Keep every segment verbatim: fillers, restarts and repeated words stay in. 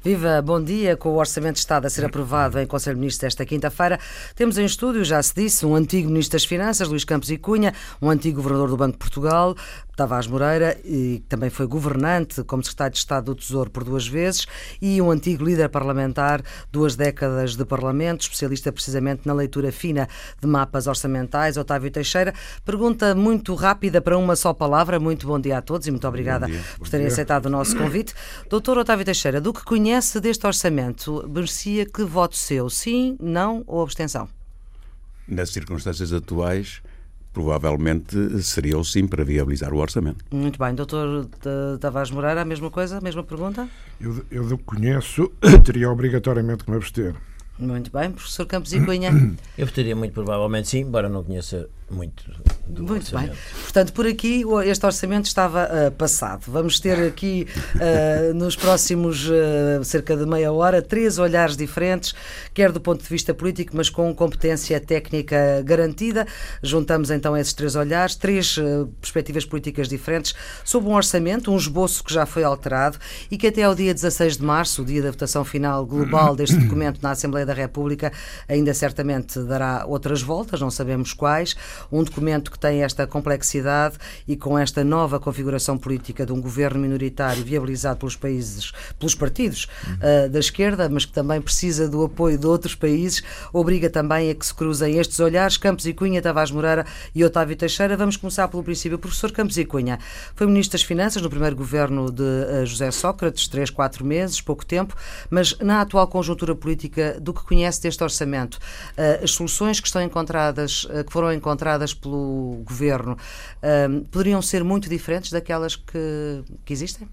Viva, bom dia. Com o Orçamento de Estado a ser aprovado em Conselho de Ministros esta quinta-feira, temos em estúdio, já se disse, um antigo Ministro das Finanças, Luís Campos e Cunha, um antigo Governador do Banco de Portugal, Tavares Moreira, e também foi governante como Secretário de Estado do Tesouro por duas vezes, e um antigo líder parlamentar, duas décadas de Parlamento, especialista precisamente na leitura fina de mapas orçamentais, Otávio Teixeira. Pergunta muito rápida para uma só palavra. Muito bom dia a todos e muito obrigada por terem aceitado o nosso convite. Doutor Otávio Teixeira, do que conhece deste orçamento, merecia que voto seu? Sim, não ou abstenção? Nas circunstâncias atuais, provavelmente seria o sim para viabilizar o orçamento. Muito bem. Doutor Tavares Moreira, a mesma coisa, a mesma pergunta? Eu, eu do que conheço, teria obrigatoriamente que me abster. Muito bem. Professor Campos e Cunha? Eu votaria muito provavelmente sim, embora não conheça muito do Muito orçamento. bem. Portanto, por aqui este orçamento estava uh, passado. Vamos ter aqui, uh, nos próximos uh, cerca de meia hora, três olhares diferentes, quer do ponto de vista político, mas com competência técnica garantida. Juntamos então esses três olhares, três uh, perspectivas políticas diferentes, sobre um orçamento, um esboço que já foi alterado e que até ao dia dezasseis de março, o dia da votação final global deste documento na Assembleia da República, ainda certamente dará outras voltas, não sabemos quais. Um documento que tem esta complexidade e com esta nova configuração política de um governo minoritário viabilizado pelos países, pelos partidos uh, da esquerda, mas que também precisa do apoio de outros países, obriga também a que se cruzem estes olhares. Campos e Cunha, Tavares Moreira e Otávio Teixeira. Vamos começar pelo princípio. Professor Campos e Cunha foi Ministro das Finanças no primeiro governo de uh, José Sócrates, três, quatro meses, pouco tempo, mas na atual conjuntura política, do que conhece deste orçamento, uh, as soluções que estão encontradas, uh, que foram encontradas pelo Governo, um, poderiam ser muito diferentes daquelas que, que existem?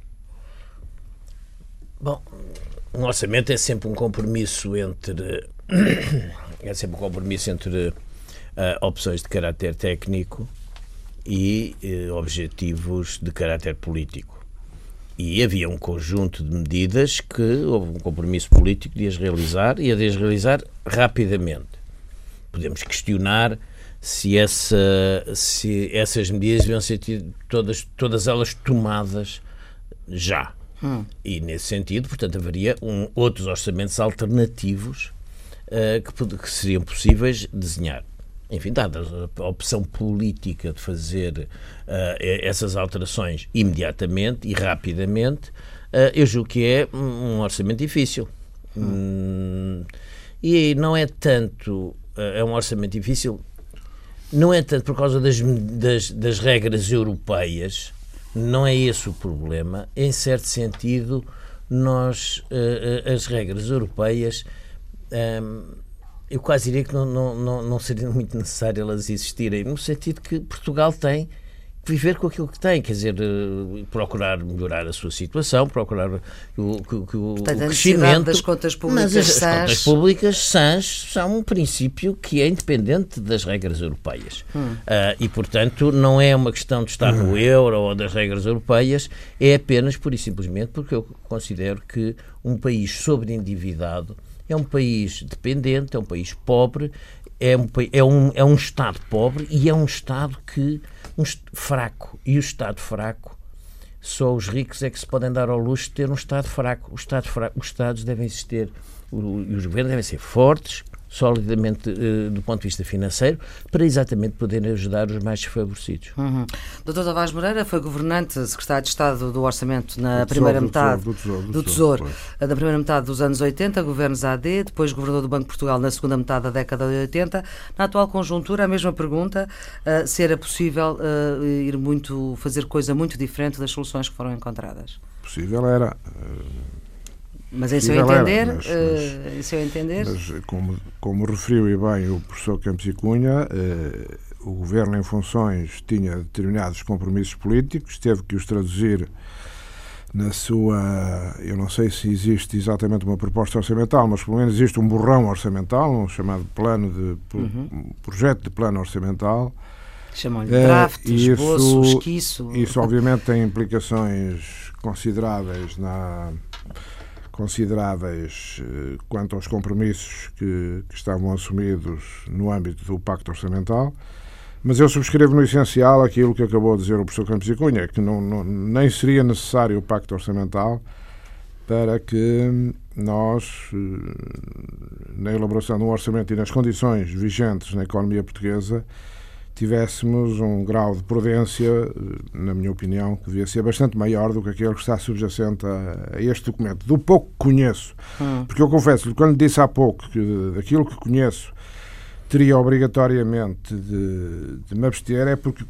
Bom, um orçamento é sempre um compromisso entre é sempre um compromisso entre uh, opções de caráter técnico e uh, objetivos de caráter político. E havia um conjunto de medidas que houve um compromisso político de as realizar e a de as realizar rapidamente. Podemos questionar se, essa, se essas medidas deviam ser todas, todas elas tomadas já. Hum. E, nesse sentido, portanto, haveria um, outros orçamentos alternativos uh, que, que seriam possíveis desenhar. Enfim, dada a opção política de fazer uh, essas alterações imediatamente e rapidamente, uh, eu julgo que é um orçamento difícil. Hum. Hum, e não é tanto... Uh, é um orçamento difícil... Não é tanto por causa das, das, das regras europeias, não é esse o problema. Em certo sentido, nós, uh, as regras europeias, um, eu quase diria que não, não, não, não seria muito necessário elas existirem, no sentido que Portugal tem que viver com aquilo que tem, quer dizer, uh, procurar melhorar a sua situação, procurar o, o, o, Portanto, o crescimento. Das contas públicas mas as, sãs... as contas públicas sãs são um princípio que é independente das regras europeias. Hum. Uh, e, portanto, não é uma questão de estar hum. no euro ou das regras europeias, é apenas, pura e simplesmente, porque eu considero que um país sobreendividado é um país dependente, é um país pobre, é um, é um, é um Estado pobre e é um Estado que um fraco. E o Estado fraco, só os ricos é que se podem dar ao luxo de ter um Estado fraco. O Estado fraco os Estados devem existir, e os governos devem ser fortes, solidamente uh, do ponto de vista financeiro, para exatamente poderem ajudar os mais desfavorecidos. Uhum. doutor Tavares Moreira foi governante, secretário de Estado do Orçamento na do primeira tesouro, metade do tesouro, do do tesouro, tesouro da primeira metade dos anos oitenta, governos A D, depois governador do Banco de Portugal na segunda metade da década de oitenta. Na atual conjuntura, a mesma pergunta, uh, se era possível uh, ir muito, fazer coisa muito diferente das soluções que foram encontradas. Possível era... Uh... Mas em seu entender, mas, mas, uh, em seu entender... Mas como, como referiu e bem o professor Campos e Cunha, uh, o Governo em funções tinha determinados compromissos políticos, teve que os traduzir na sua... Eu não sei se existe exatamente uma proposta orçamental, mas pelo menos existe um borrão orçamental, um chamado plano de, uhum. projeto de plano orçamental. Chamam-lhe draft, uh, esboço, isso, esquiço... Isso obviamente tem implicações consideráveis na... consideráveis eh, quanto aos compromissos que, que estavam assumidos no âmbito do Pacto Orçamental, mas eu subscrevo no essencial aquilo que acabou de dizer o professor Campos e Cunha, que não, não, nem seria necessário o Pacto Orçamental para que nós, na elaboração de um orçamento e nas condições vigentes na economia portuguesa, tivéssemos um grau de prudência, na minha opinião, que devia ser bastante maior do que aquele que está subjacente a, a este documento. Do pouco que conheço, hum. porque eu confesso-lhe, quando lhe disse há pouco que daquilo que conheço teria obrigatoriamente de, de me abster, é porque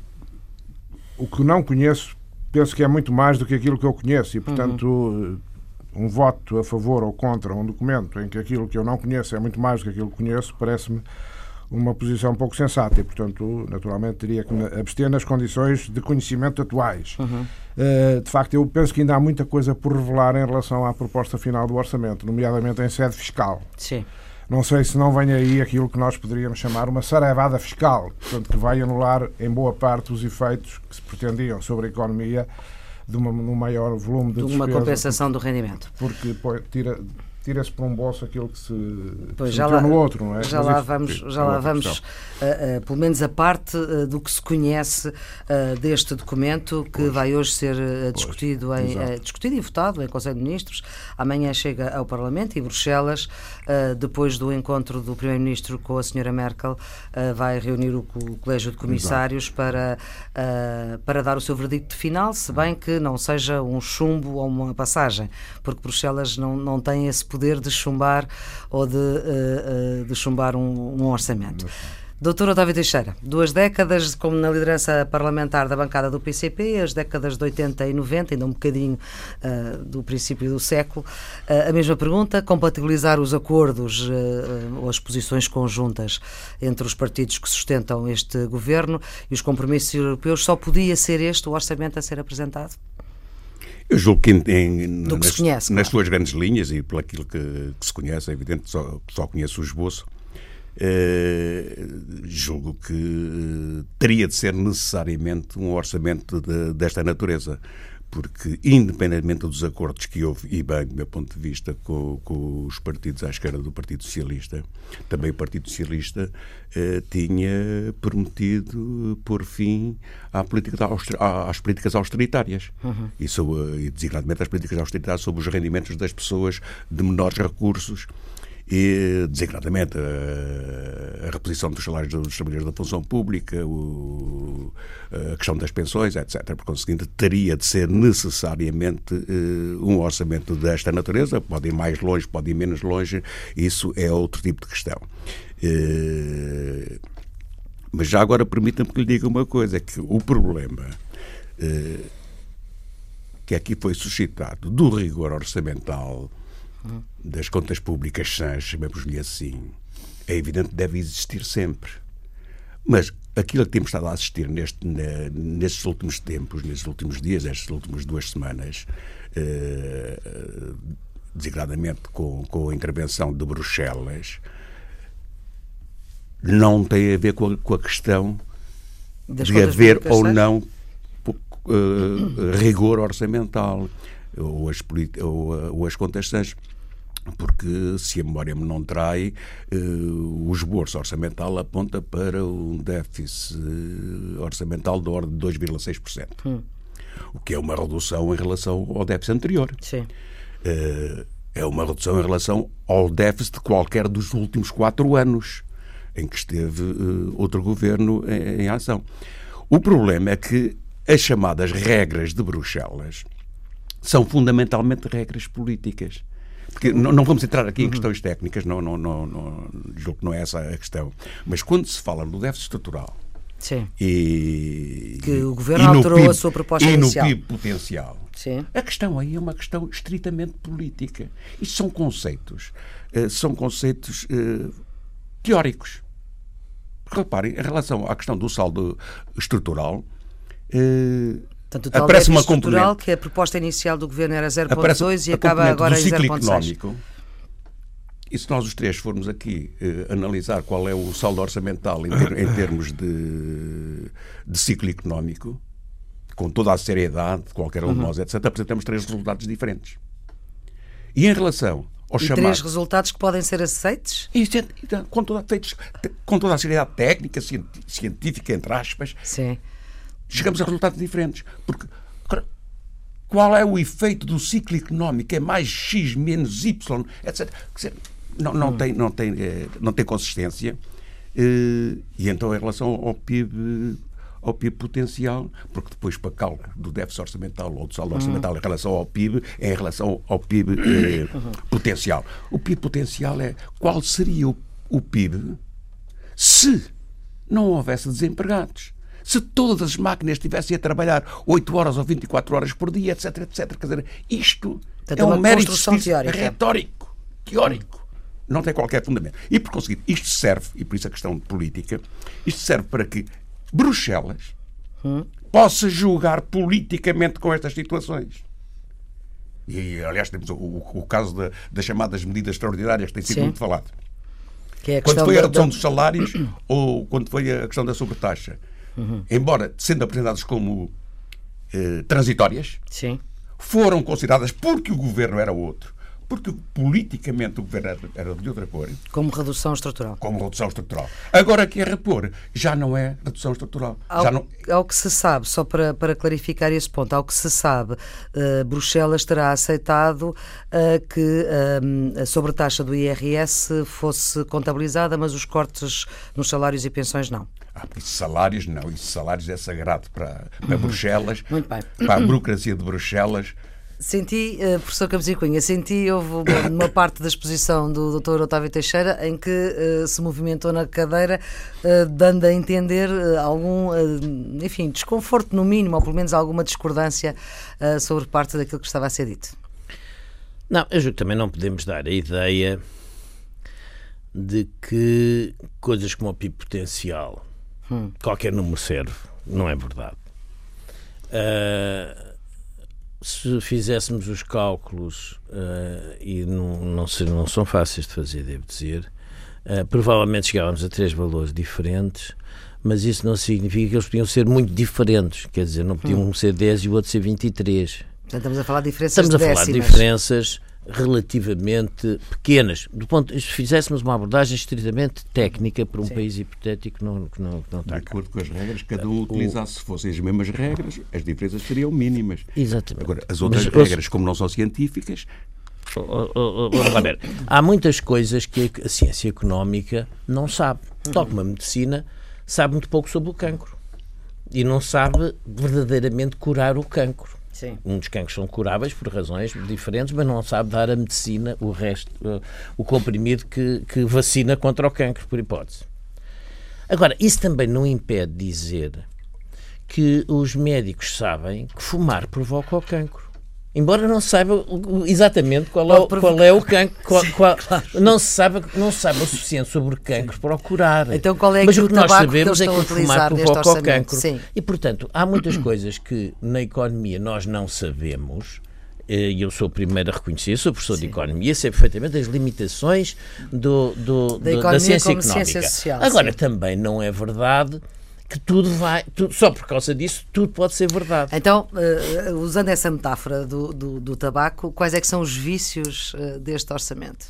o que não conheço penso que é muito mais do que aquilo que eu conheço e, portanto, uhum. um voto a favor ou contra um documento em que aquilo que eu não conheço é muito mais do que aquilo que conheço, parece-me uma posição um pouco sensata e, portanto, naturalmente teria que me abster nas condições de conhecimento atuais. Uhum. Uh, de facto, eu penso que ainda há muita coisa por revelar em relação à proposta final do orçamento, nomeadamente em sede fiscal. Sim. Não sei se não vem aí aquilo que nós poderíamos chamar uma saraivada fiscal, portanto, que vai anular em boa parte os efeitos que se pretendiam sobre a economia de uma, um maior volume de, de uma despesa, compensação do rendimento. Porque pô, tira... tira-se para um bolso aquilo que se, pois, se já meteu lá, no outro, não é? Já Mas lá isso, vamos, sim, já lá vamos uh, uh, pelo menos a parte uh, do que se conhece uh, deste documento que pois. vai hoje ser uh, discutido, em, uh, discutido e votado em Conselho de Ministros. Amanhã chega ao Parlamento e Bruxelas, uh, depois do encontro do Primeiro-Ministro com a senhora Merkel, uh, vai reunir o, o Colégio de Comissários para, uh, para dar o seu verdicto final, se bem que não seja um chumbo ou uma passagem, porque Bruxelas não, não tem esse poder de chumbar ou de, uh, uh, de chumbar um, um orçamento. doutor Otávio Teixeira, duas décadas como na liderança parlamentar da bancada do P C P, as décadas de oitenta e noventa, ainda um bocadinho uh, do princípio do século. Uh, a mesma pergunta, compatibilizar os acordos uh, ou as posições conjuntas entre os partidos que sustentam este governo e os compromissos europeus, só podia ser este o orçamento a ser apresentado? Eu julgo que em, em, Do que nas, se conhece, nas claro. suas grandes linhas e por aquilo que, que se conhece, é evidente, só, só conheço o esboço, eh, julgo que eh, teria de ser necessariamente um orçamento de, desta natureza, porque independentemente dos acordos que houve, e bem, do meu ponto de vista, com, com os partidos à esquerda do Partido Socialista, também o Partido Socialista eh, tinha prometido pôr fim à política de auster, às políticas austeritárias, uhum. e, sobre, e designadamente às políticas austeritárias sobre os rendimentos das pessoas de menores recursos, e designadamente a, a reposição dos salários dos trabalhadores da função pública, o, a questão das pensões, etcétera. Por conseguinte, teria de ser necessariamente uh, um orçamento desta natureza, pode ir mais longe, pode ir menos longe, isso é outro tipo de questão. Uh, mas já agora permita-me que lhe diga uma coisa, é que o problema uh, que aqui foi suscitado do rigor orçamental das contas públicas sãs, chamemos-lhe assim, é evidente que deve existir sempre. Mas aquilo que temos estado a assistir neste, na, nestes últimos tempos, nestes últimos dias, nestas últimas duas semanas, eh, designadamente com, com a intervenção de Bruxelas, não tem a ver com a, com a questão das de haver ou não uh, rigor orçamental ou as, ou, ou as contas sãs. Porque, se a memória me não trai, eh, o esboço orçamental aponta para um déficit orçamental da ordem de dois vírgula seis por cento. Hum. O que é uma redução em relação ao déficit anterior. Sim. Eh, é uma redução em relação ao déficit de qualquer dos últimos quatro anos em que esteve eh, outro governo em, em ação. O problema é que as chamadas regras de Bruxelas são fundamentalmente regras políticas. Porque não, não vamos entrar aqui em questões técnicas, não, não, não, não, julgo que não é essa a questão. Mas quando se fala do déficit estrutural, sim, e que o Governo alterou P I B, a sua proposta e inicial, no P I B potencial, sim, a questão aí é uma questão estritamente política. Isto são conceitos, uh, são conceitos uh, teóricos. Reparem, em relação à questão do saldo estrutural, uh, Portanto, o tal aparece déficit uma estrutural, componente, que a proposta inicial do Governo era zero vírgula dois e acaba agora em zero vírgula seis. E se nós os três formos aqui eh, analisar qual é o saldo orçamental em, ter, em termos de, de ciclo económico, com toda a seriedade de qualquer um de nós, etcétera, apresentamos três resultados diferentes. E em relação aos e chamados... três resultados que podem ser aceitos? E, com, toda, feitos, com toda a seriedade técnica, científica, entre aspas... Sim. Chegamos a resultados diferentes. Porque qual é o efeito do ciclo económico, é mais X menos Y, etcétera. Quer dizer, não, não, hum. tem, não, tem, não tem consistência. E então, em relação ao P I B, ao P I B potencial, porque depois, para cálculo do déficit orçamental ou do saldo orçamental uhum. em relação ao P I B, é em relação ao P I B eh, uhum. potencial. O P I B potencial é qual seria o, o P I B se não houvesse desempregados. Se todas as máquinas estivessem a trabalhar oito horas ou vinte e quatro horas por dia, etc, etcétera. Quer dizer, isto Portanto, é um mérito teórica. retórico, teórico. Não tem qualquer fundamento. E, por conseguir, isto serve, e por isso a questão de política, isto serve para que Bruxelas hum. possa julgar politicamente com estas situações. E, aliás, temos o, o, o caso da, das chamadas medidas extraordinárias que tem sido Sim. muito falado. Que é a quando foi a redução da... dos salários ou quando foi a questão da sobretaxa. Uhum. Embora sendo apresentadas como eh, transitórias, Sim. foram consideradas porque o governo era outro. Porque politicamente o governo era de outra cor. Como redução estrutural. Como redução estrutural. Agora que é repor, já não é redução estrutural. Ao, já não... ao que se sabe, só para, para clarificar esse ponto, ao que se sabe, uh, Bruxelas terá aceitado uh, que uh, a sobretaxa do I R S fosse contabilizada, mas os cortes nos salários e pensões não. Ah, isso salários não. Isso salários é sagrado para, para uhum. Bruxelas, Muito bem. para a burocracia de Bruxelas. Senti, uh, professor Campos e Cunha, senti, houve uma, uma parte da exposição do doutor Otávio Teixeira em que uh, se movimentou na cadeira, uh, dando a entender uh, algum, uh, enfim, desconforto no mínimo, ou pelo menos alguma discordância uh, sobre parte daquilo que estava a ser dito. Não, eu julgo que também não podemos dar a ideia de que coisas como o P I B potencial, hum. qualquer número serve, não é verdade. Uh, Se fizéssemos os cálculos, uh, e não, não, não são fáceis de fazer, devo dizer, uh, provavelmente chegávamos a três valores diferentes, mas isso não significa que eles podiam ser muito diferentes. Quer dizer, não podiam um ser dez e o outro ser vinte e três. Portanto, estamos a falar de diferenças Estamos a décimas. falar de diferenças relativamente pequenas. Do ponto, se fizéssemos uma abordagem estritamente técnica para um Sim. país hipotético que não, que não, que não está De acordo com as regras, cada um utilizasse, se fossem as mesmas regras, as diferenças seriam mínimas. Exatamente. Agora, as outras Mas, regras, como não são científicas... Oh, oh, oh, vamos lá ver. Há muitas coisas que a ciência económica não sabe. Tal como a medicina sabe muito pouco sobre o cancro. E não sabe verdadeiramente curar o cancro. Sim. Um dos cancros são curáveis por razões diferentes, mas não sabe dar a medicina, o resto, uh, o comprimido que, que vacina contra o cancro, por hipótese. Agora, isso também não impede de dizer que os médicos sabem que fumar provoca o cancro. Embora não saiba exatamente qual é o, qual é o cancro, qual, qual, claro. não, se sabe, não se sabe o suficiente sobre o cancro para o curar. Então, qual é Mas o que nós sabemos que é que o fumar provoca o cancro. Sim. E, portanto, há muitas coisas que na economia nós não sabemos, e eu sou o primeiro a reconhecer, sou professor sim. de economia, sei perfeitamente as limitações do, do, da, do, da ciência como económica. Ciência social, Agora, sim. também não é verdade que tudo vai, tudo, só por causa disso, tudo pode ser verdade. Então, uh, usando essa metáfora do, do, do tabaco, quais é que são os vícios uh, deste orçamento?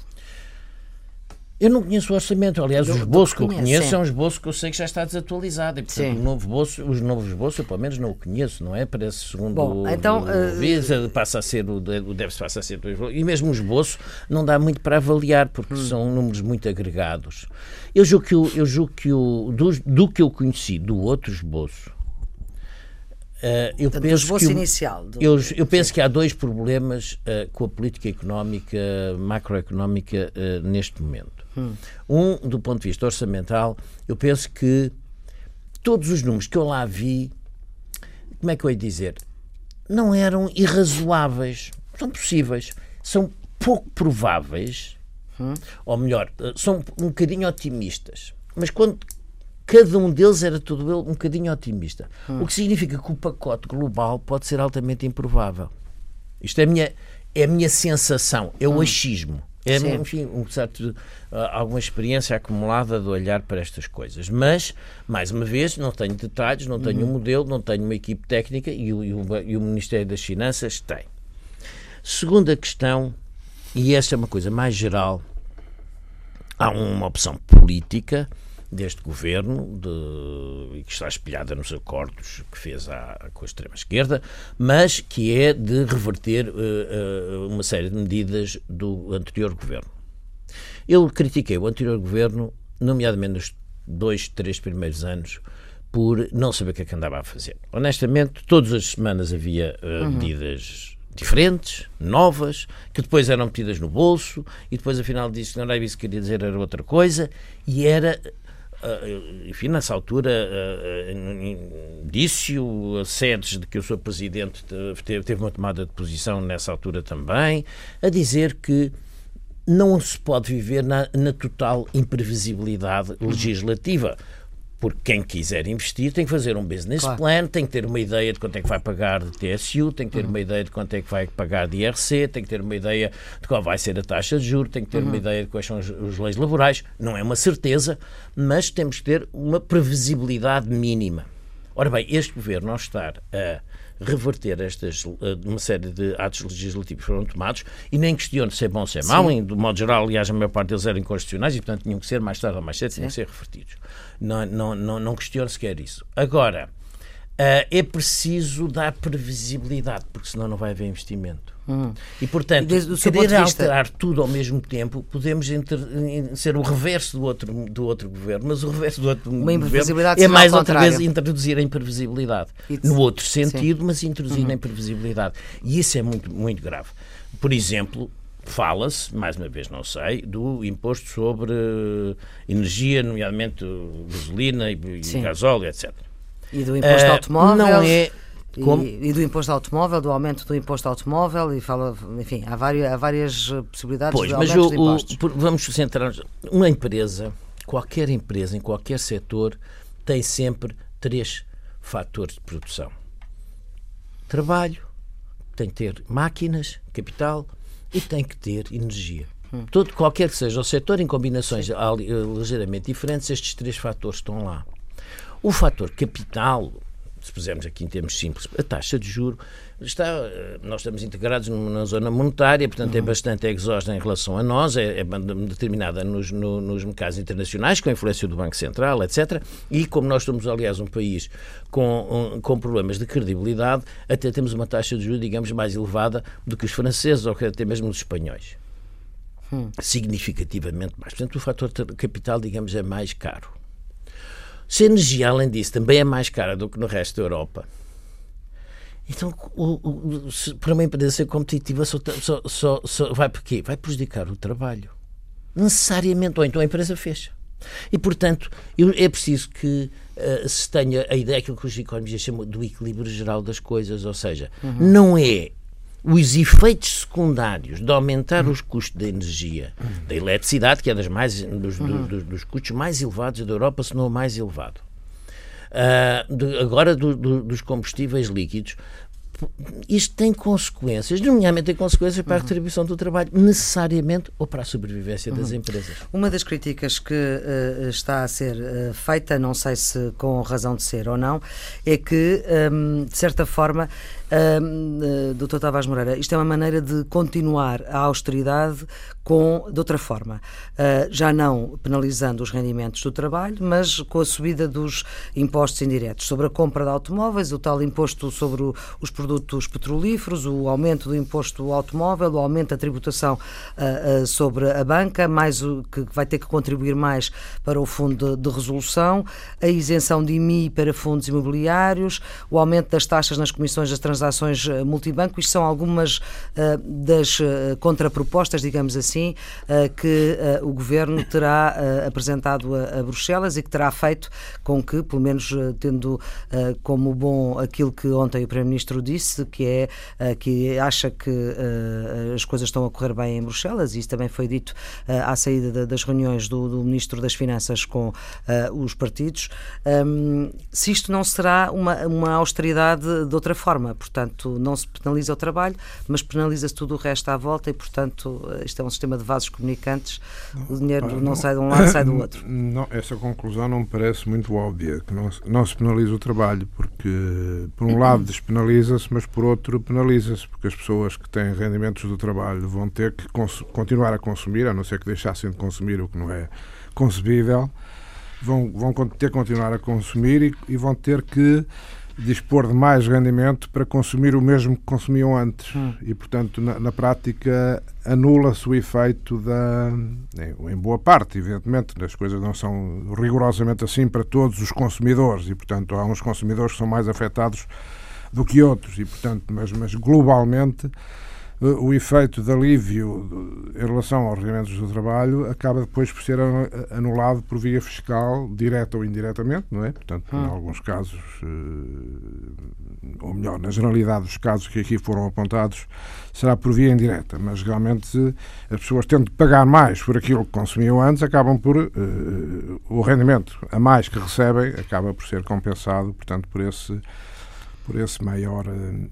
Eu não conheço o orçamento, aliás, do, os esboço que eu conheço sim. é um esboço que eu sei que já está desatualizado e, portanto, o novo esboço, os novos esboços eu pelo menos não o conheço, não é? Parece segundo Bom, o, então, o Visa, passa a ser o, o déficit passa a ser dois, e mesmo o esboço não dá muito para avaliar porque hum. são números muito agregados. Eu julgo que, o, eu julgo que o, do, do que eu conheci do outro esboço, Uh, eu, Portanto, penso que o, inicial do... eu, eu penso que há dois problemas uh, com a política económica, macroeconómica uh, neste momento. Hum. Um, do ponto de vista orçamental, eu penso que todos os números que eu lá vi, como é que eu ia dizer, não eram irrazoáveis, são possíveis, são pouco prováveis, hum. ou melhor, uh, são um bocadinho otimistas, mas quando cada um deles era todo ele um bocadinho otimista. Hum. O que significa que o pacote global pode ser altamente improvável. Isto é a minha, é a minha sensação, é o hum. achismo. É, enfim, um certo, uh, alguma experiência acumulada de olhar para estas coisas. Mas, mais uma vez, não tenho detalhes, não tenho um modelo, não tenho uma equipe técnica e o, e, o, e o Ministério das Finanças tem. Segunda questão, e esta é uma coisa mais geral, há uma opção política deste governo, de, que está espelhada nos acordos que fez à, com a extrema-esquerda, mas que é de reverter uh, uh, uma série de medidas do anterior governo. Eu critiquei o anterior governo, nomeadamente nos dois, três primeiros anos, por não saber o que é que andava a fazer. Honestamente, todas as semanas havia uh, uhum. medidas diferentes, novas, que depois eram metidas no bolso e depois afinal disse que não era isso que queria dizer, era outra coisa, e era, uh, enfim, nessa altura uh, disse-o a sedes de que o seu Presidente teve, teve uma tomada de posição nessa altura também, a dizer que não se pode viver na, na total imprevisibilidade legislativa. Porque quem quiser investir tem que fazer um business claro. plan, tem que ter uma ideia de quanto é que vai pagar de T S U, tem que ter uhum. uma ideia de quanto é que vai pagar de I R C, tem que ter uma ideia de qual vai ser a taxa de juros, tem que ter uhum. uma ideia de quais são as, as leis laborais. Não é uma certeza, mas temos que ter uma previsibilidade mínima. Ora bem, este governo, ao estar a reverter estas, uma série de atos legislativos que foram tomados, e nem questiono se é bom ou se é mau, em, de modo geral, aliás, a maior parte deles eram inconstitucionais e, portanto, tinham que ser, mais tarde ou mais cedo, tinham que ser revertidos. Não, não, não, não questiono sequer isso. Agora, uh, é preciso dar previsibilidade, porque senão não vai haver investimento. Hum. E, portanto, e querer alterar vista... tudo ao mesmo tempo, podemos inter... ser o reverso do outro, do outro governo, mas o reverso do outro Uma governo é mais outra vez introduzir a imprevisibilidade. It's... No outro sentido, sim. mas introduzir uhum. a imprevisibilidade. E isso é muito, muito grave. Por exemplo, fala-se, mais uma vez não sei, do imposto sobre energia, nomeadamente gasolina e, e gasóleo, etcétera. E do imposto uh, automóvel. Não é... E, e do imposto automóvel, do aumento do imposto automóvel, e fala, enfim, há várias, há várias possibilidades pois, de mas aumentos o, de impostos. O, vamos centrar-nos. Uma empresa, qualquer empresa, em qualquer setor, tem sempre três fatores de produção. Trabalho, tem que ter máquinas, capital e tem que ter energia. Hum. Todo, qualquer que seja o setor, em combinações Sim. ligeiramente diferentes, estes três fatores estão lá. O fator capital, se pusermos aqui em termos simples, a taxa de juros, está, nós estamos integrados na zona monetária, portanto uhum. é bastante exógena em relação a nós, é, é determinada nos, no, nos mercados internacionais, com a influência do Banco Central, etcétera. E como nós somos, aliás, um país com, um, com problemas de credibilidade, até temos uma taxa de juros, digamos, mais elevada do que os franceses ou até mesmo os espanhóis. Hum. Significativamente mais. Portanto, o fator capital, digamos, é mais caro. Se a energia, além disso, também é mais cara do que no resto da Europa, então, o, o, se, para uma empresa ser competitiva, só, só, só, só vai por quê? Vai prejudicar o trabalho. Necessariamente. Ou então a empresa fecha. E, portanto, eu, é preciso que uh, se tenha a ideia, aquilo que os economistas chamam do equilíbrio geral das coisas. Ou seja, uhum. não é os efeitos secundários de aumentar os custos da energia, da eletricidade, que é das mais, dos, uhum. dos, dos custos mais elevados da Europa, se não o mais elevado. Uh, de, agora do, do, dos combustíveis líquidos, isto tem consequências, nomeadamente tem consequências para a retribuição do trabalho, necessariamente, ou para a sobrevivência das uhum. empresas. Uma das críticas que uh, está a ser uh, feita, não sei se com razão de ser ou não, é que, um, de certa forma, uh, uh, doutor Tavares Moreira, isto é uma maneira de continuar a austeridade com, de outra forma, uh, já não penalizando os rendimentos do trabalho, mas com a subida dos impostos indiretos sobre a compra de automóveis, o tal imposto sobre o, os produtos petrolíferos, o aumento do imposto automóvel, o aumento da tributação uh, uh, sobre a banca, mais o que vai ter que contribuir mais para o fundo de, de resolução, a isenção de I M I para fundos imobiliários, o aumento das taxas nas comissões das transações multibanco. Isto são algumas uh, das uh, contrapropostas, digamos assim, uh, que uh, o Governo terá uh, apresentado a, a Bruxelas e que terá feito com que, pelo menos uh, tendo uh, como bom aquilo que ontem o Primeiro-Ministro disse, que é uh, que acha que uh, as coisas estão a correr bem em Bruxelas, e isso também foi dito uh, à saída de, das reuniões do, do Ministro das Finanças com uh, os partidos. Um, se isto não será uma, uma austeridade de outra forma, portanto, não se penaliza o trabalho, mas penaliza-se tudo o resto à volta e, portanto, isto é um sistema de vasos comunicantes, não, o dinheiro não, não sai de um lado, sai do outro. Não, essa conclusão não me parece muito óbvia, que não, não se penaliza o trabalho, porque, por um lado, despenaliza-se, mas por outro penaliza-se, porque as pessoas que têm rendimentos do trabalho vão ter que cons- continuar a consumir, a não ser que deixassem de consumir, o que não é concebível, vão, vão ter que continuar a consumir e, e vão ter que dispor de mais rendimento para consumir o mesmo que consumiam antes. Hum. E, portanto, na, na prática, anula-se o efeito da... Em boa parte, evidentemente, as coisas não são rigorosamente assim para todos os consumidores e, portanto, há uns consumidores que são mais afetados do que outros. E, portanto, mas, mas globalmente, o efeito de alívio em relação aos rendimentos do trabalho acaba depois por ser anulado por via fiscal, direta ou indiretamente, não é? Portanto, hum. em alguns casos, ou melhor, na generalidade dos casos que aqui foram apontados, será por via indireta, mas realmente as pessoas tendo de pagar mais por aquilo que consumiam antes, acabam por, uh, o rendimento a mais que recebem acaba por ser compensado, portanto, por esse por esse maior uh,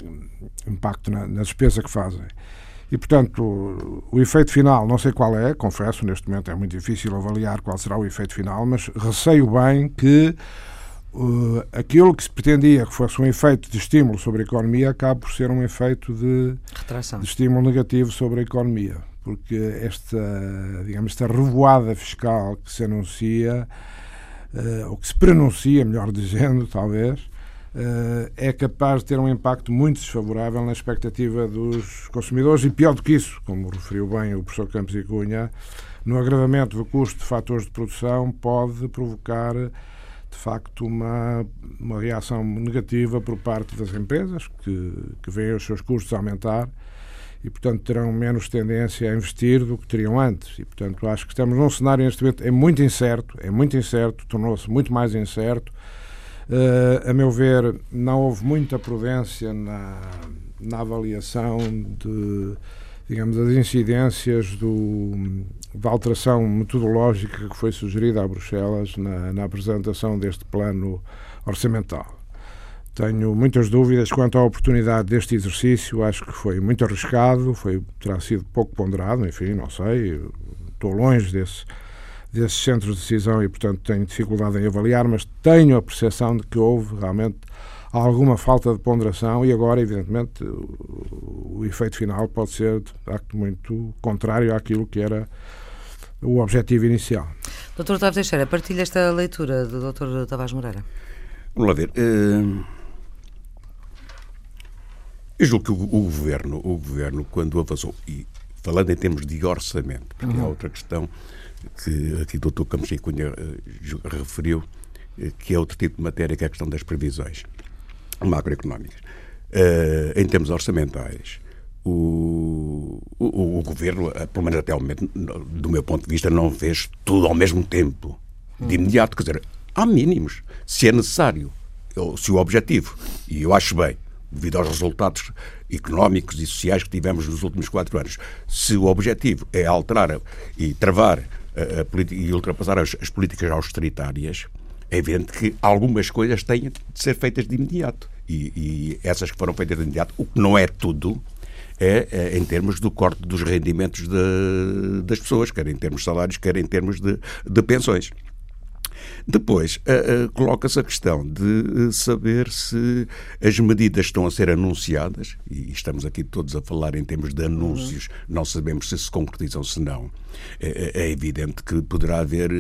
impacto na, na despesa que fazem. E, portanto, o, o efeito final, não sei qual é, confesso, neste momento é muito difícil avaliar qual será o efeito final, mas receio bem que uh, aquilo que se pretendia que fosse um efeito de estímulo sobre a economia acabe por ser um efeito de, de estímulo negativo sobre a economia. Porque esta, digamos, esta revoada fiscal que se anuncia, uh, ou que se pronuncia, melhor dizendo, talvez, Uh, é capaz de ter um impacto muito desfavorável na expectativa dos consumidores e, pior do que isso, como referiu bem o professor Campos e Cunha, no agravamento do custo de fatores de produção pode provocar, de facto, uma, uma reação negativa por parte das empresas que, que veem os seus custos aumentar e, portanto, terão menos tendência a investir do que teriam antes. E, portanto, acho que estamos num cenário neste momento é muito incerto, é muito incerto, tornou-se muito mais incerto. Uh, a meu ver, não houve muita prudência na, na avaliação de, digamos, das incidências do, da alteração metodológica que foi sugerida a Bruxelas na, na apresentação deste plano orçamental. Tenho muitas dúvidas quanto à oportunidade deste exercício, acho que foi muito arriscado, foi, terá sido pouco ponderado, enfim, não sei, estou longe desse... desses centros de decisão e, portanto, tenho dificuldade em avaliar, mas tenho a percepção de que houve realmente alguma falta de ponderação e agora, evidentemente, o, o efeito final pode ser, de facto, muito contrário àquilo que era o objetivo inicial. doutor Otávio Teixeira, partilha esta leitura do doutor Tavares Moreira? Vamos lá ver. Uh, eu julgo que o, o, governo, o Governo, quando avançou, e falando em termos de orçamento, porque uhum. há outra questão que aqui o doutor Campos e Cunha uh, referiu, uh, que é outro tipo de matéria, que é a questão das previsões macroeconómicas. Uh, em termos orçamentais, o, o, o Governo, uh, pelo menos até ao momento, do meu ponto de vista, não fez tudo ao mesmo tempo, de imediato. Quer dizer, há mínimos. Se é necessário, ou se o objetivo, e eu acho bem, devido aos resultados económicos e sociais que tivemos nos últimos quatro anos, se o objetivo é alterar e travar a, a política e ultrapassar as, as políticas austeritárias, é evidente que algumas coisas têm de ser feitas de imediato. E, e essas que foram feitas de imediato, o que não é tudo, é, é em termos do corte dos rendimentos de, das pessoas, quer em termos de salários, quer em termos de, de pensões. Depois, uh, uh, coloca-se a questão de uh, saber se as medidas estão a ser anunciadas, e estamos aqui todos a falar em termos de anúncios, uhum. não sabemos se se concretizam, se não. É, é evidente que poderá haver uh,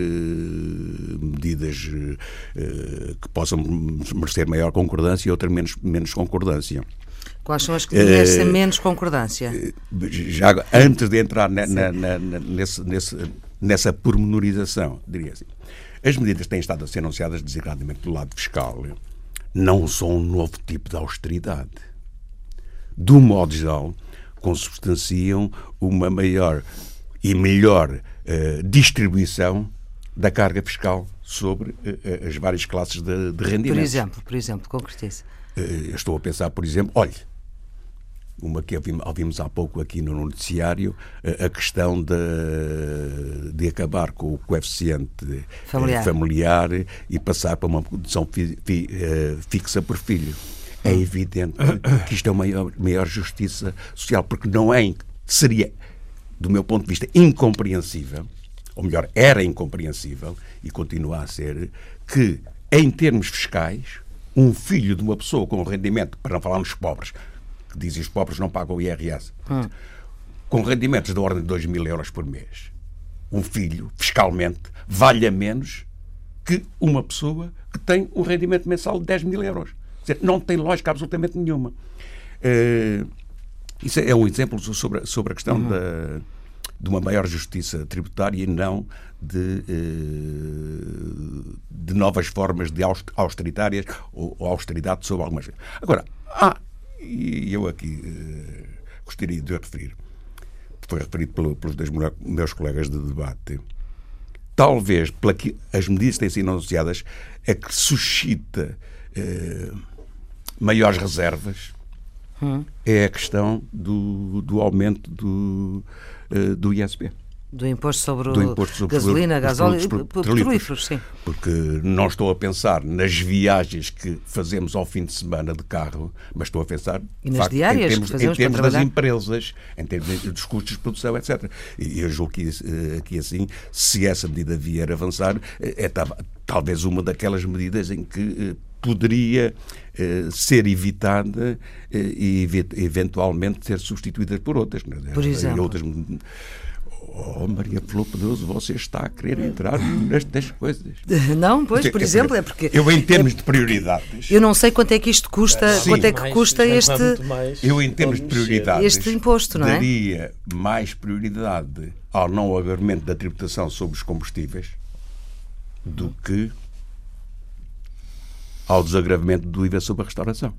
medidas uh, que possam merecer maior concordância e outras menos, menos concordância. Quais são as que merecem uh, menos concordância? Já antes de entrar na, na, na, na, nesse, nesse, nessa pormenorização, diria assim, as medidas que têm estado a ser anunciadas, designadamente do lado fiscal, não são um novo tipo de austeridade. Do modo geral, consubstanciam uma maior e melhor uh, distribuição da carga fiscal sobre uh, as várias classes de, de rendimentos. Por exemplo, por exemplo, concretize. Uh, estou a pensar, por exemplo, olhe, uma que ouvimos há pouco aqui no noticiário, a questão de, de acabar com o coeficiente familiar. familiar e passar para uma dedução fi, fi, fixa por filho. É evidente que isto é uma maior, maior justiça social, porque não é, seria, do meu ponto de vista, incompreensível, ou melhor, era incompreensível, e continua a ser, que, em termos fiscais, um filho de uma pessoa com rendimento, para não falar nos pobres, que dizem os pobres não pagam o I R S, hum. com rendimentos da ordem de dois mil euros por mês, um filho, fiscalmente, valha menos que uma pessoa que tem um rendimento mensal de dez mil euros. Quer dizer, não tem lógica absolutamente nenhuma. Uh, isso é um exemplo sobre, sobre a questão uhum. da, de uma maior justiça tributária e não de, uh, de novas formas de austeritárias ou, ou austeridade sobre algumas coisas. Agora, há, e eu aqui uh, gostaria de referir, foi referido pelo, pelos dois meus colegas de debate, talvez pela que as medidas que têm sido anunciadas é que suscita uh, maiores reservas hum. é a questão do, do aumento do, uh, do I S P. Do imposto sobre, do imposto sobre gasolina, gasóleo e petrolíferos, sim. Porque não estou a pensar nas viagens que fazemos ao fim de semana de carro, mas estou a pensar e nas facto, diárias, em termos, que fazemos em termos das empresas, em termos dos custos de produção, etcétera. E eu julgo que aqui assim, se essa medida vier a avançar, é talvez uma daquelas medidas em que poderia eh, ser evitada eh, e eventualmente ser substituída por outras. Por exemplo? Outras, oh, Maria Flor Pedroso, você está a querer entrar nestas coisas. Não, pois, por exemplo, é porque... Eu, em termos é, de prioridades... Eu não sei quanto é que isto custa, sim, quanto é que mais, custa este... Eu, em termos de prioridades... Este imposto, não é? Daria mais prioridade ao não agravamento da tributação sobre os combustíveis do que ao desagravamento do I V A sobre a restauração.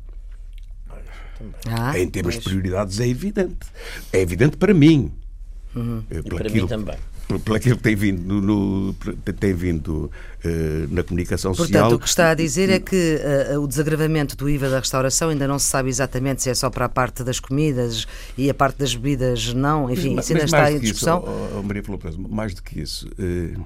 Ah, em termos mas... de prioridades é evidente. É evidente para mim. Uhum. E para aquilo, mim também. Por aquilo que tem vindo, no, tem vindo uh, na comunicação Portanto, social. Portanto, o que está a dizer é que uh, o desagravamento do I V A da restauração ainda não se sabe exatamente se é só para a parte das comidas e a parte das bebidas não. Enfim, mas, isso ainda mas está em isso, discussão. Oh, oh, Maria Flor, mais do que isso, uh,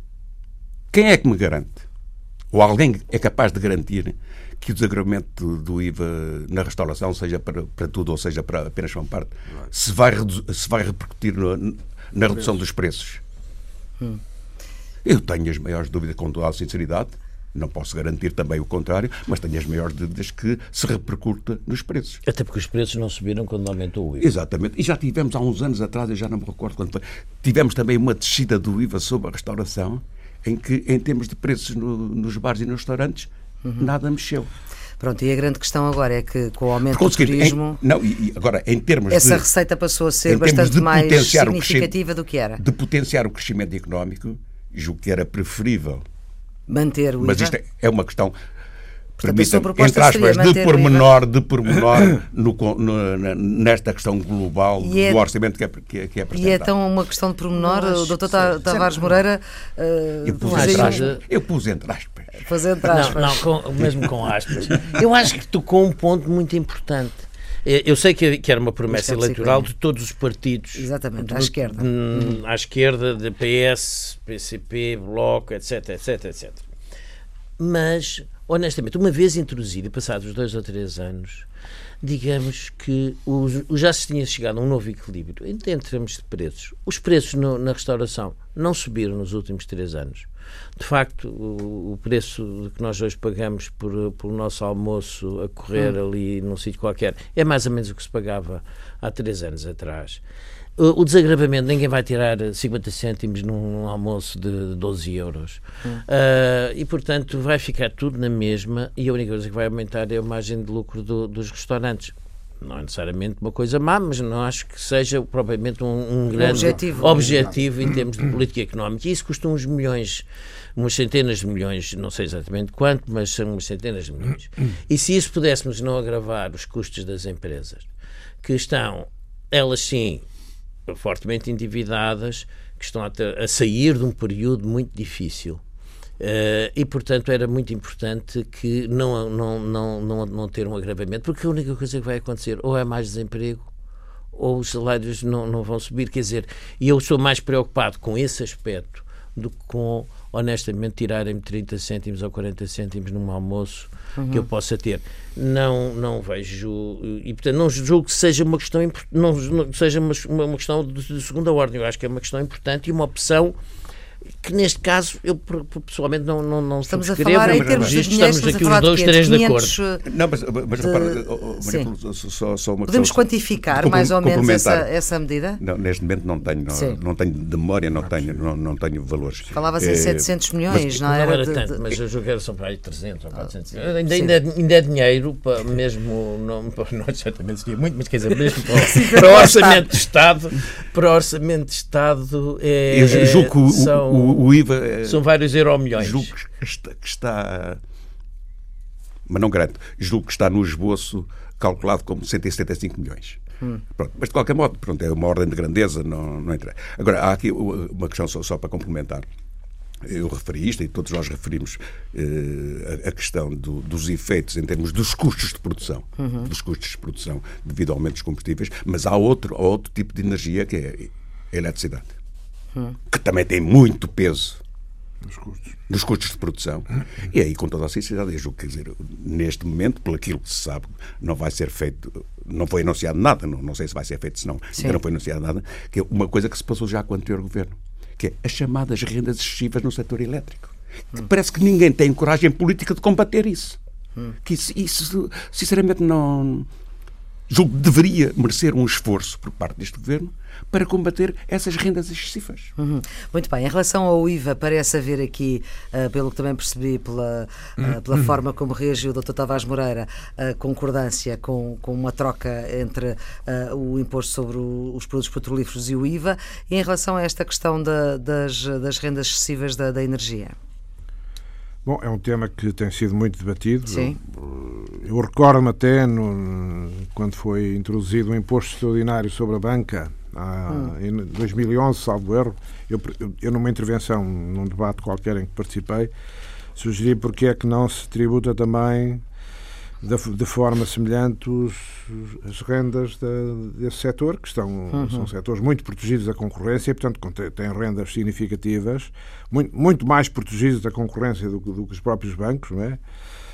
quem é que me garante? Ou alguém é capaz de garantir que o desagravamento do, do I V A na restauração, seja para, para tudo ou seja para apenas uma parte, se vai, se vai repercutir no, na redução dos preços? Hum. Eu tenho as maiores dúvidas, com toda a sinceridade, não posso garantir também o contrário, mas tenho as maiores dúvidas que se repercuta nos preços. Até porque os preços não subiram quando aumentou o I V A. Exatamente. E já tivemos há uns anos atrás, eu já não me recordo quando foi, tivemos também uma descida do I V A sobre a restauração, em que, em termos de preços no, nos bares e nos restaurantes, uhum. nada mexeu. Pronto, e a grande questão agora é que, com o aumento do turismo... Em, não, e agora, em termos essa de, receita passou a ser bastante mais significativa do que era. De potenciar o crescimento económico, julgo que era preferível. Manter o I V A. Mas isto é, é uma questão... Portanto, entre aspas, de pormenor, de pormenor no, no, nesta questão global é, do orçamento que é, que é, que é apresentado. E é tão uma questão de pormenor, o doutor Tavares Moreira... Uh, eu, pus entre aspas, eu pus entre aspas. Pus entre aspas. Não, não com, mesmo com aspas. Eu acho que tocou um ponto muito importante. Eu sei que era uma promessa eleitoral de todos os partidos. Exatamente, à de, esquerda. De, à esquerda, de P S, P C P, Bloco, etc, etc, etcétera. Mas... honestamente, uma vez introduzido e passados dois ou três anos, digamos que o, o já se tinha chegado a um novo equilíbrio em, em termos de preços. Os preços no, na restauração não subiram nos últimos três anos. De facto, o, o preço que nós hoje pagamos por, por nosso almoço a correr hum. ali num sítio qualquer é mais ou menos o que se pagava há três anos atrás. O desagravamento, ninguém vai tirar cinquenta cêntimos num, num almoço de doze euros. Hum. Uh, e, portanto, vai ficar tudo na mesma e a única coisa que vai aumentar é a margem de lucro do, dos restaurantes. Não é necessariamente uma coisa má, mas não acho que seja propriamente um, um grande objetivo, objetivo em termos de política económica. E isso custa uns milhões, umas centenas de milhões, não sei exatamente quanto, mas são umas centenas de milhões. E se isso pudéssemos não agravar os custos das empresas, que estão, elas sim, fortemente endividadas, que estão a, ter, a sair de um período muito difícil. Uh, e, portanto, era muito importante que não, não, não, não, não ter um agravamento, porque a única coisa que vai acontecer ou é mais desemprego ou os salários não, não vão subir. Quer dizer, e eu sou mais preocupado com esse aspecto do que com, honestamente, tirarem-me trinta cêntimos ou quarenta cêntimos num almoço uhum. que eu possa ter. Não, não vejo, e portanto não julgo que seja uma questão, não, não seja uma, uma questão de, de segunda ordem. Eu acho que é uma questão importante e uma opção que neste caso eu pessoalmente não, não, não estamos a falar em termos de dinheiro, estamos aqui os dois, três de acordo. Não, mas, mas de... repara, oh, Maria, só, só uma Podemos questão, quantificar mais ou menos essa, essa medida? Não, neste momento não tenho, não, não tenho de memória, não tenho, não, não tenho valores. Falava-se em é, setecentos milhões, mas, não, não era? era de, tanto, de... mas eu julguei que são para aí trezentos ou quatrocentos. Ah, ainda, ainda, é, ainda é dinheiro, para, mesmo, não, não certamente seria muito, mas quer dizer, mesmo para, para o Orçamento de Estado, para o Orçamento de Estado é, eu julgo que o, são, o, o I V A... São vários euromilhões. Julgo que está, que está, mas não garanto, julgo que está no esboço calculado como cento e setenta e cinco milhões. Hum. Pronto, mas de qualquer modo, pronto, é uma ordem de grandeza, não, não entra. Agora, há aqui uma questão só, só para complementar. Eu referi isto e todos nós referimos eh, a, a questão do, dos efeitos em termos dos custos de produção, uhum. dos custos de produção devido ao aumento dos combustíveis, mas há outro, há outro tipo de energia que é a eletricidade, hum. que também tem muito peso nos custos. nos custos de produção. E aí, com toda a sinceridade, eu julgo, quer dizer, neste momento, pelo aquilo que se sabe, não vai ser feito, não foi anunciado nada, não, não sei se vai ser feito, se não, ainda não foi anunciado nada, que é uma coisa que se passou já com o anterior governo, que é as chamadas rendas excessivas no setor elétrico. Que hum. Parece que ninguém tem coragem política de combater isso. Hum. Que isso, isso, sinceramente, não... Julgo que deveria merecer um esforço por parte deste governo para combater essas rendas excessivas. Uhum. Muito bem. Em relação ao I V A, parece haver aqui, uh, pelo que também percebi, pela, uh, pela forma como reagiu o doutor Tavares Moreira, uh, concordância com, com uma troca entre uh, o imposto sobre o, os produtos petrolíferos e o I V A. E em relação a esta questão da, das, das rendas excessivas da, da energia? Bom, é um tema que tem sido muito debatido. Sim. Eu, eu recordo-me até no, quando foi introduzido o imposto extraordinário sobre a banca, há, hum. em dois mil e onze, salvo erro, eu, eu, eu numa intervenção, num debate qualquer em que participei, sugeri porque é que não se tributa também de, de forma semelhante os, as rendas de, desse setor, que estão, uhum. são setores muito protegidos da concorrência e, portanto, têm rendas significativas, muito, muito mais protegidos da concorrência do, do que os próprios bancos, não é?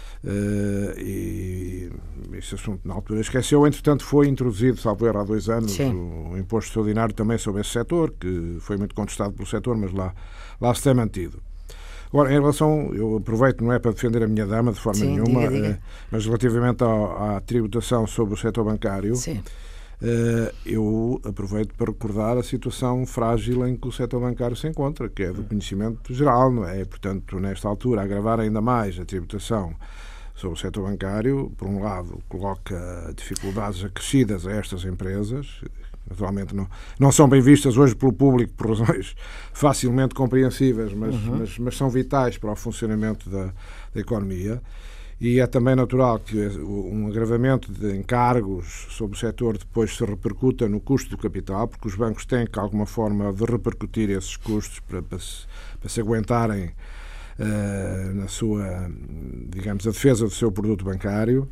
Uh, e esse assunto na altura esqueceu. Entretanto, foi introduzido, salvo erro, há dois anos, o, o imposto extraordinário também sobre esse setor, que foi muito contestado pelo setor, mas lá, lá se tem mantido. Agora, em relação, eu aproveito, não é para defender a minha dama de forma Sim, nenhuma, diga, diga. mas relativamente ao, à tributação sobre o setor bancário, Sim. eu aproveito para recordar a situação frágil em que o setor bancário se encontra, que é do conhecimento geral, não é? Portanto, nesta altura, agravar ainda mais a tributação sobre o setor bancário, por um lado, coloca dificuldades acrescidas a estas empresas, naturalmente não, não são bem vistas hoje pelo público por razões facilmente compreensíveis, mas, uhum. mas, mas são vitais para o funcionamento da, da economia. E é também natural que um agravamento de encargos sobre o setor depois se repercuta no custo do capital, porque os bancos têm que, de alguma forma, de repercutir esses custos para, para, se, para se aguentarem uh, na sua, digamos, a defesa do seu produto bancário.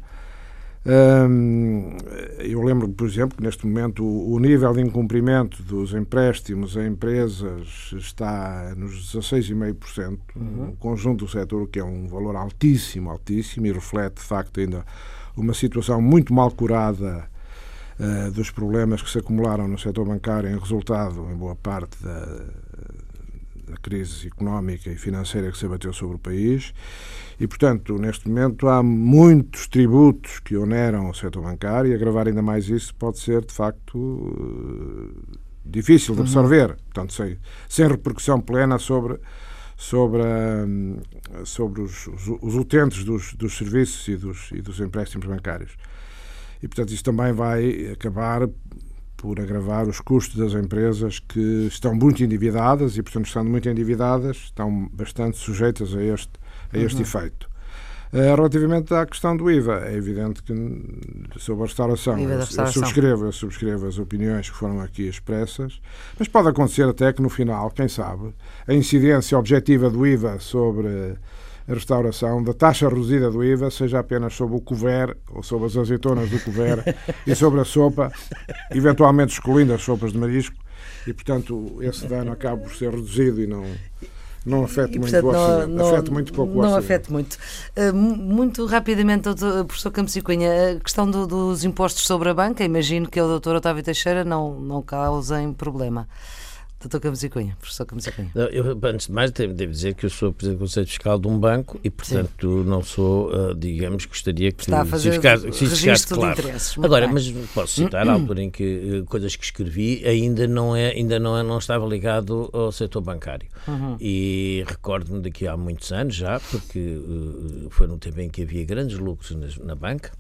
Eu lembro, por exemplo, que neste momento o nível de incumprimento dos empréstimos a empresas está nos dezasseis vírgula cinco por cento uhum. no conjunto do setor, que é um valor altíssimo, altíssimo, e reflete, de facto, ainda uma situação muito mal curada uh, dos problemas que se acumularam no setor bancário em resultado, em boa parte, da, da crise económica e financeira que se abateu sobre o país. E, portanto, neste momento há muitos tributos que oneram o setor bancário e agravar ainda mais isso pode ser, de facto, difícil de absorver. Uhum. Portanto, sem, sem repercussão plena sobre, sobre, a, sobre os, os, os utentes dos, dos serviços e dos, e dos empréstimos bancários. E, portanto, isso também vai acabar por agravar os custos das empresas que estão muito endividadas e, portanto, estando muito endividadas, estão bastante sujeitas a este a este uhum. efeito. Uh, relativamente à questão do I V A, é evidente que sobre a restauração, eu, eu, subscrevo, eu subscrevo as opiniões que foram aqui expressas, mas pode acontecer até que no final, quem sabe, a incidência objetiva do I V A sobre a restauração, da taxa reduzida do I V A, seja apenas sobre o couvert, ou sobre as azeitonas do couvert, e sobre a sopa, eventualmente excluindo as sopas de marisco, e portanto esse dano acaba por ser reduzido e não... Não afeta muito o orçamento, não, afeta muito pouco o orçamento. Não afeta muito. Uh, muito rapidamente, doutor, professor Campos e Cunha, a questão do, dos impostos sobre a banca, imagino que o doutor Otávio Teixeira não, não causem problema. doutor Campos e Cunha, professor Campos e Cunha. Eu, antes de mais, devo dizer que eu sou presidente do Conselho Fiscal de um banco e, portanto, Sim. não sou, uh, digamos, gostaria que Está a fazer se ficasse, se ficasse claro. De interesses. Agora, bem. Mas posso citar a altura em que uh, coisas que escrevi ainda não é, ainda não é, não estava ligado ao setor bancário. Uhum. E recordo-me daqui há muitos anos já, porque uh, foi num tempo em que havia grandes lucros na, na banca.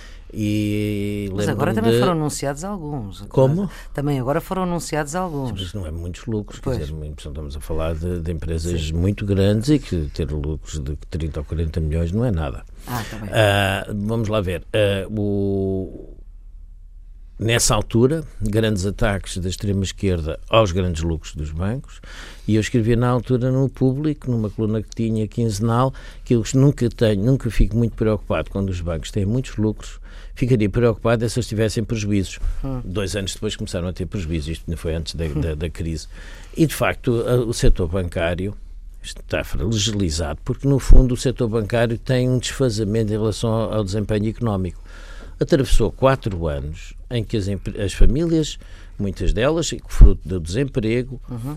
E mas agora também de... foram anunciados alguns. Como? Também agora foram anunciados alguns. Mas não é muitos lucros, quer dizer, estamos a falar de, de empresas Sim. muito grandes e que ter lucros de trinta ou quarenta milhões não é nada. Ah, tá bem. Uh, vamos lá ver. Uh, o... Nessa altura, grandes ataques da extrema-esquerda aos grandes lucros dos bancos, e eu escrevia na altura no Público, numa coluna que tinha quinzenal, que eu nunca tenho, nunca fico muito preocupado quando os bancos têm muitos lucros, ficaria preocupado é se eles tivessem prejuízos. Hum. Dois anos depois começaram a ter prejuízos, isto não foi antes da, da, da crise. E, de facto, o setor bancário está fragilizado, porque, no fundo, o setor bancário tem um desfazamento em relação ao, ao desempenho económico. Atravessou quatro anos em que as, as famílias, muitas delas, fruto do desemprego, uhum.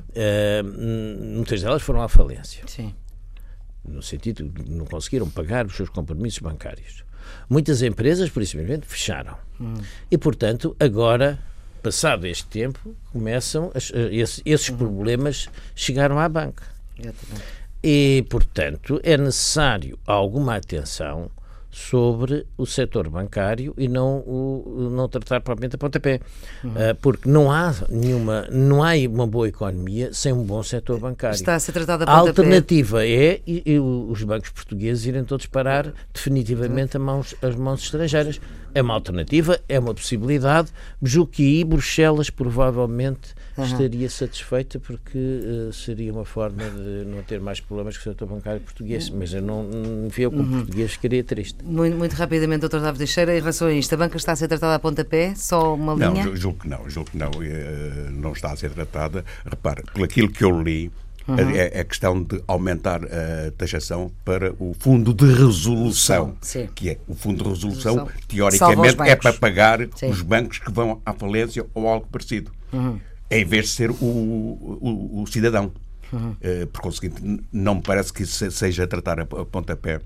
uh, muitas delas foram à falência. Sim. No sentido de não conseguiram pagar os seus compromissos bancários. Muitas empresas, por isso simplesmente, fecharam. Uhum. E, portanto, agora, passado este tempo, começam, as, esses, esses uhum. problemas chegaram à banca. Exatamente. E, portanto, é necessário alguma atenção sobre o setor bancário e não o não tratar propriamente a pontapé, uhum. uh, porque não há nenhuma, não há uma boa economia sem um bom setor bancário. Está a ser tratado a pontapé. A alternativa é e, e os bancos portugueses irem todos parar definitivamente a mãos, as mãos estrangeiras. É uma alternativa, é uma possibilidade. Julgo que aí Bruxelas provavelmente uhum. estaria satisfeita porque uh, seria uma forma de não ter mais problemas com o setor bancário português, mas eu não, não vi eu como uhum. português ficaria triste. Muito, muito rapidamente, doutor David Teixeira, em relação a isto, a banca está a ser tratada a pontapé? Só uma linha? Não, julgo que não, julgo que não, não está a ser tratada. Repare, por aquilo que eu li, Uhum. É a questão de aumentar a taxação para o Fundo de Resolução, Sim. que é o Fundo de Resolução, Resolução. teoricamente é para pagar Sim. os bancos que vão à falência ou algo parecido, uhum. em vez de ser o, o, o cidadão. Uhum. Uh, por conseguinte, não me parece que isso seja tratar a pontapé.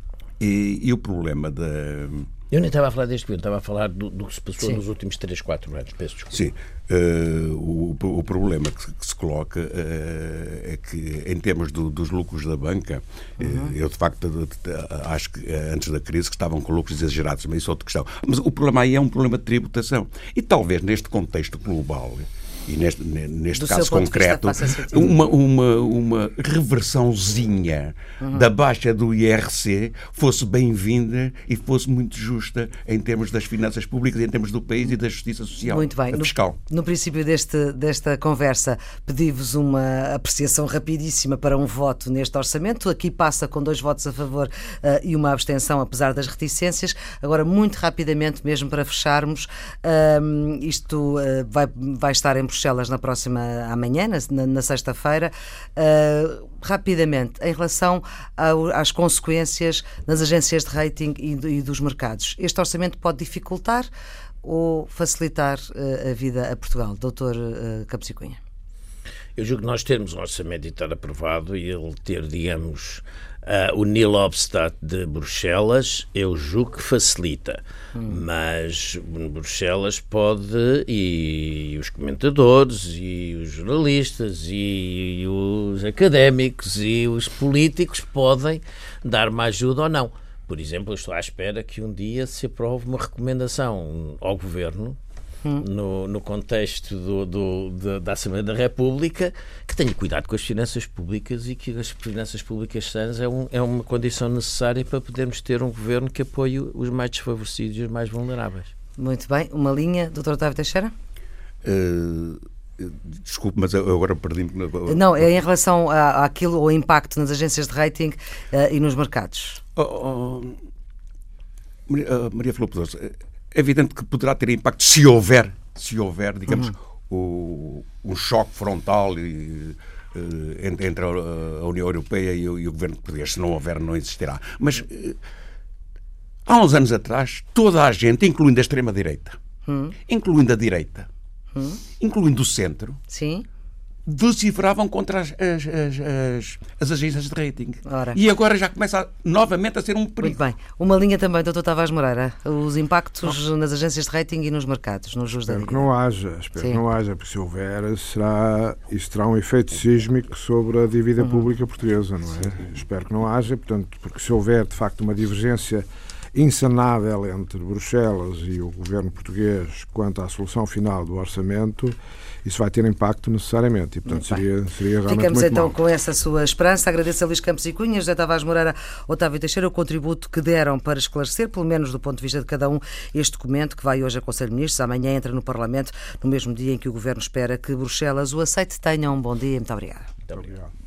E, e o problema da... Eu nem estava a falar deste governo, estava a falar do, do que se passou Sim. nos últimos três, quatro anos. Peço desculpa. Sim. Uh, o, o problema que, que se coloca uh, é que, em termos do, dos lucros da banca, uhum. uh, eu, de facto, uh, acho que uh, antes da crise que estavam com lucros exagerados, mas isso é outra questão. Mas o problema aí é um problema de tributação. E talvez neste contexto global, e neste, neste caso concreto, uma, uma, uma reversãozinha uhum. da baixa do I R C fosse bem-vinda e fosse muito justa em termos das finanças públicas, em termos do país e da justiça social, muito bem. fiscal. No, no princípio deste, desta conversa, pedi-vos uma apreciação rapidíssima para um voto neste orçamento. Aqui passa com dois votos a favor uh, e uma abstenção, apesar das reticências. Agora, muito rapidamente, mesmo para fecharmos, uh, isto uh, vai, vai estar em Bruxelas na próxima amanhã, na, na sexta-feira. Uh, rapidamente, em relação ao, às consequências nas agências de rating e, e dos mercados, este orçamento pode dificultar ou facilitar uh, a vida a Portugal? Doutor uh, Campos e Cunha. Eu julgo que nós termos um orçamento de estar aprovado e ele ter, digamos, uh, o nil obstat de Bruxelas, eu julgo que facilita. Hum. Mas Bruxelas pode, e os comentadores, e os jornalistas, e os académicos, e os políticos podem dar uma ajuda ou não. Por exemplo, eu estou à espera que um dia se aprove uma recomendação ao Governo, Hum. No, no contexto do, do, da, da Assembleia da República, que tenha cuidado com as finanças públicas e que as finanças públicas sanas é, um, é uma condição necessária para podermos ter um governo que apoie os mais desfavorecidos e os mais vulneráveis. Muito bem. Uma linha, doutor Otávio Teixeira? Uh... Desculpe, mas eu agora perdi-me. Não, é em relação à, àquilo, ao impacto nas agências de rating uh, e nos mercados. Oh, oh, Maria, uh, Maria Filipe Doce, é evidente que poderá ter impacto se houver, se houver, digamos, uhum. o, um choque frontal e, uh, entre, entre a, a União Europeia e o, e o governo português. Se não houver, não existirá. Mas uh, há uns anos atrás, toda a gente, incluindo a extrema-direita, uhum. incluindo a direita, Hum. incluindo o centro, Sim. vociferavam contra as, as, as, as, as agências de rating. Ora. E agora já começa a, novamente a ser um perigo. Muito bem. Uma linha também, doutor Tavares Moreira. Os impactos não. nas agências de rating e nos mercados, nos juros da Espero dívida. que não haja. Espero Sim. que não haja, porque se houver, será, isso terá um efeito sísmico sobre a dívida uhum. pública portuguesa, não é? Sim. Espero que não haja, portanto, porque se houver, de facto, uma divergência insanável entre Bruxelas e o governo português quanto à solução final do orçamento, isso vai ter impacto necessariamente e, portanto, seria, seria realmente Ficamos muito então mal. com essa sua esperança. Agradeço a Luís Campos e Cunha, José Tavares Moreira, Otávio Teixeira, o contributo que deram para esclarecer, pelo menos do ponto de vista de cada um, este documento que vai hoje a Conselho de Ministros, amanhã entra no Parlamento, no mesmo dia em que o Governo espera que Bruxelas o aceite. Tenham um bom dia e muito obrigada. Muito obrigado.